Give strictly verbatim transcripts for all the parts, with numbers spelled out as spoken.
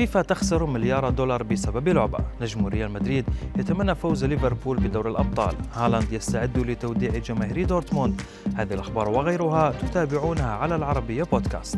فيفا تخسر مليار دولار بسبب لعبة. نجم ريال مدريد يتمنى فوز ليفربول بدور الأبطال. هالاند يستعد لتوديع جماهير دورتموند. هذه الأخبار وغيرها تتابعونها على العربية بودكاست.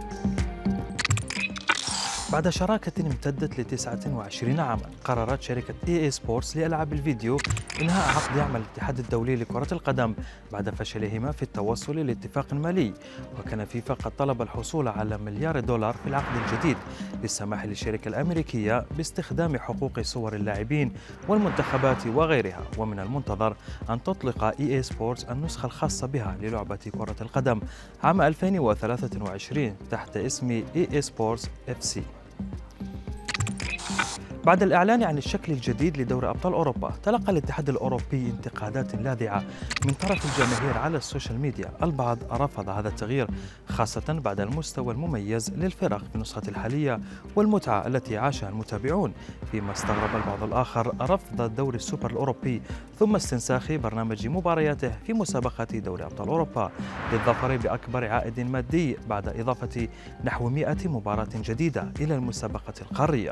بعد شراكة امتدت لتسعة وعشرين عاما، قررت شركة إي إي سبورتس لألعاب الفيديو إنهاء عقد يعمل الاتحاد الدولي لكرة القدم بعد فشلهما في التوصل لاتفاق مالي. وكان فيفا قد طلب الحصول على مليار دولار في العقد الجديد للسماح للشركة الأمريكية باستخدام حقوق صور اللاعبين والمنتخبات وغيرها. ومن المنتظر أن تطلق إي إي سبورتس النسخة الخاصة بها للعبة كرة القدم عام ألفين وثلاثة وعشرين تحت اسم إي إي سبورتس إف سي. بعد الإعلان عن الشكل الجديد لدوري أبطال أوروبا، تلقى الاتحاد الأوروبي انتقادات لاذعة من طرف الجماهير على السوشيال ميديا. البعض رفض هذا التغيير خاصة بعد المستوى المميز للفرق في النسخة الحالية والمتعة التي عاشها المتابعون، فيما استغرب البعض الآخر رفض دوري السوبر الأوروبي ثم استنساخ برنامج مبارياته في مسابقة دوري أبطال أوروبا للظفر بأكبر عائد مادي بعد إضافة نحو مئة مباراة جديدة إلى المسابقة القارية.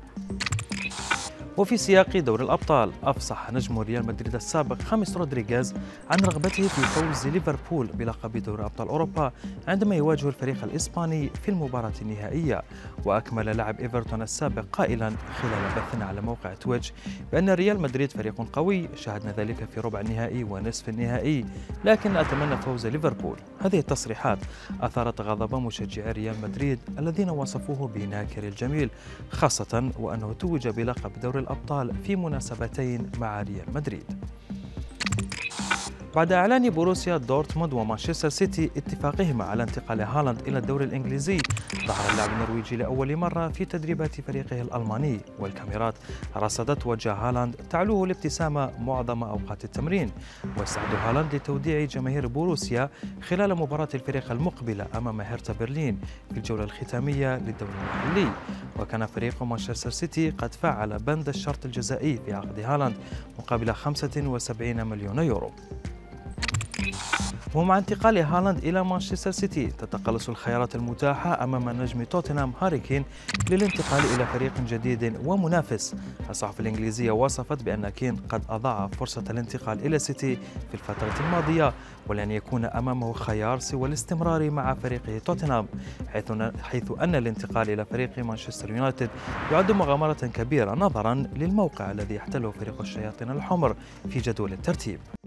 وفي سياق دوري الأبطال، أفصح نجم ريال مدريد السابق خامس رودريغيز عن رغبته في فوز ليفربول بلقب دوري أبطال أوروبا عندما يواجه الفريق الإسباني في المباراة النهائية. وأكمل لاعب إيفرتون السابق قائلا خلال بث على موقع تويتش بأن ريال مدريد فريق قوي، شاهدنا ذلك في ربع النهائي ونصف النهائي، لكن أتمنى فوز ليفربول. هذه التصريحات أثارت غضب مشجعي ريال مدريد الذين وصفوه بناكر الجميل، خاصة وأنه توج بلقب دوري الأبطال في مناسبتين مع ريال مدريد. بعد إعلان بوروسيا دورتموند ومانشستر سيتي اتفاقهما على انتقال هالاند إلى الدوري الإنجليزي، ظهر اللاعب النرويجي لأول مرة في تدريبات فريقه الألماني، والكاميرات رصدت وجه هالاند تعلوه الابتسامة معظم أوقات التمرين. ويستعد هالاند لتوديع جماهير بوروسيا خلال مباراة الفريق المقبلة أمام هيرتا برلين في الجولة الختامية للدوري المحلي. وكان فريق مانشستر سيتي قد فعل بند الشرط الجزائي في عقد هالاند مقابل خمسة وسبعين مليون يورو. ومع انتقال هالاند إلى مانشستر سيتي تتقلص الخيارات المتاحة أمام نجم توتنهام هاري كين للانتقال إلى فريق جديد ومنافس. الصحف الإنجليزية وصفت بأن كين قد أضاع فرصة الانتقال إلى سيتي في الفترة الماضية، ولن يكون أمامه خيار سوى الاستمرار مع فريقه توتنهام، حيث حيث أن الانتقال إلى فريق مانشستر يونايتد يعد مغامرة كبيرة نظرا للموقع الذي يحتله فريق الشياطين الحمر في جدول الترتيب.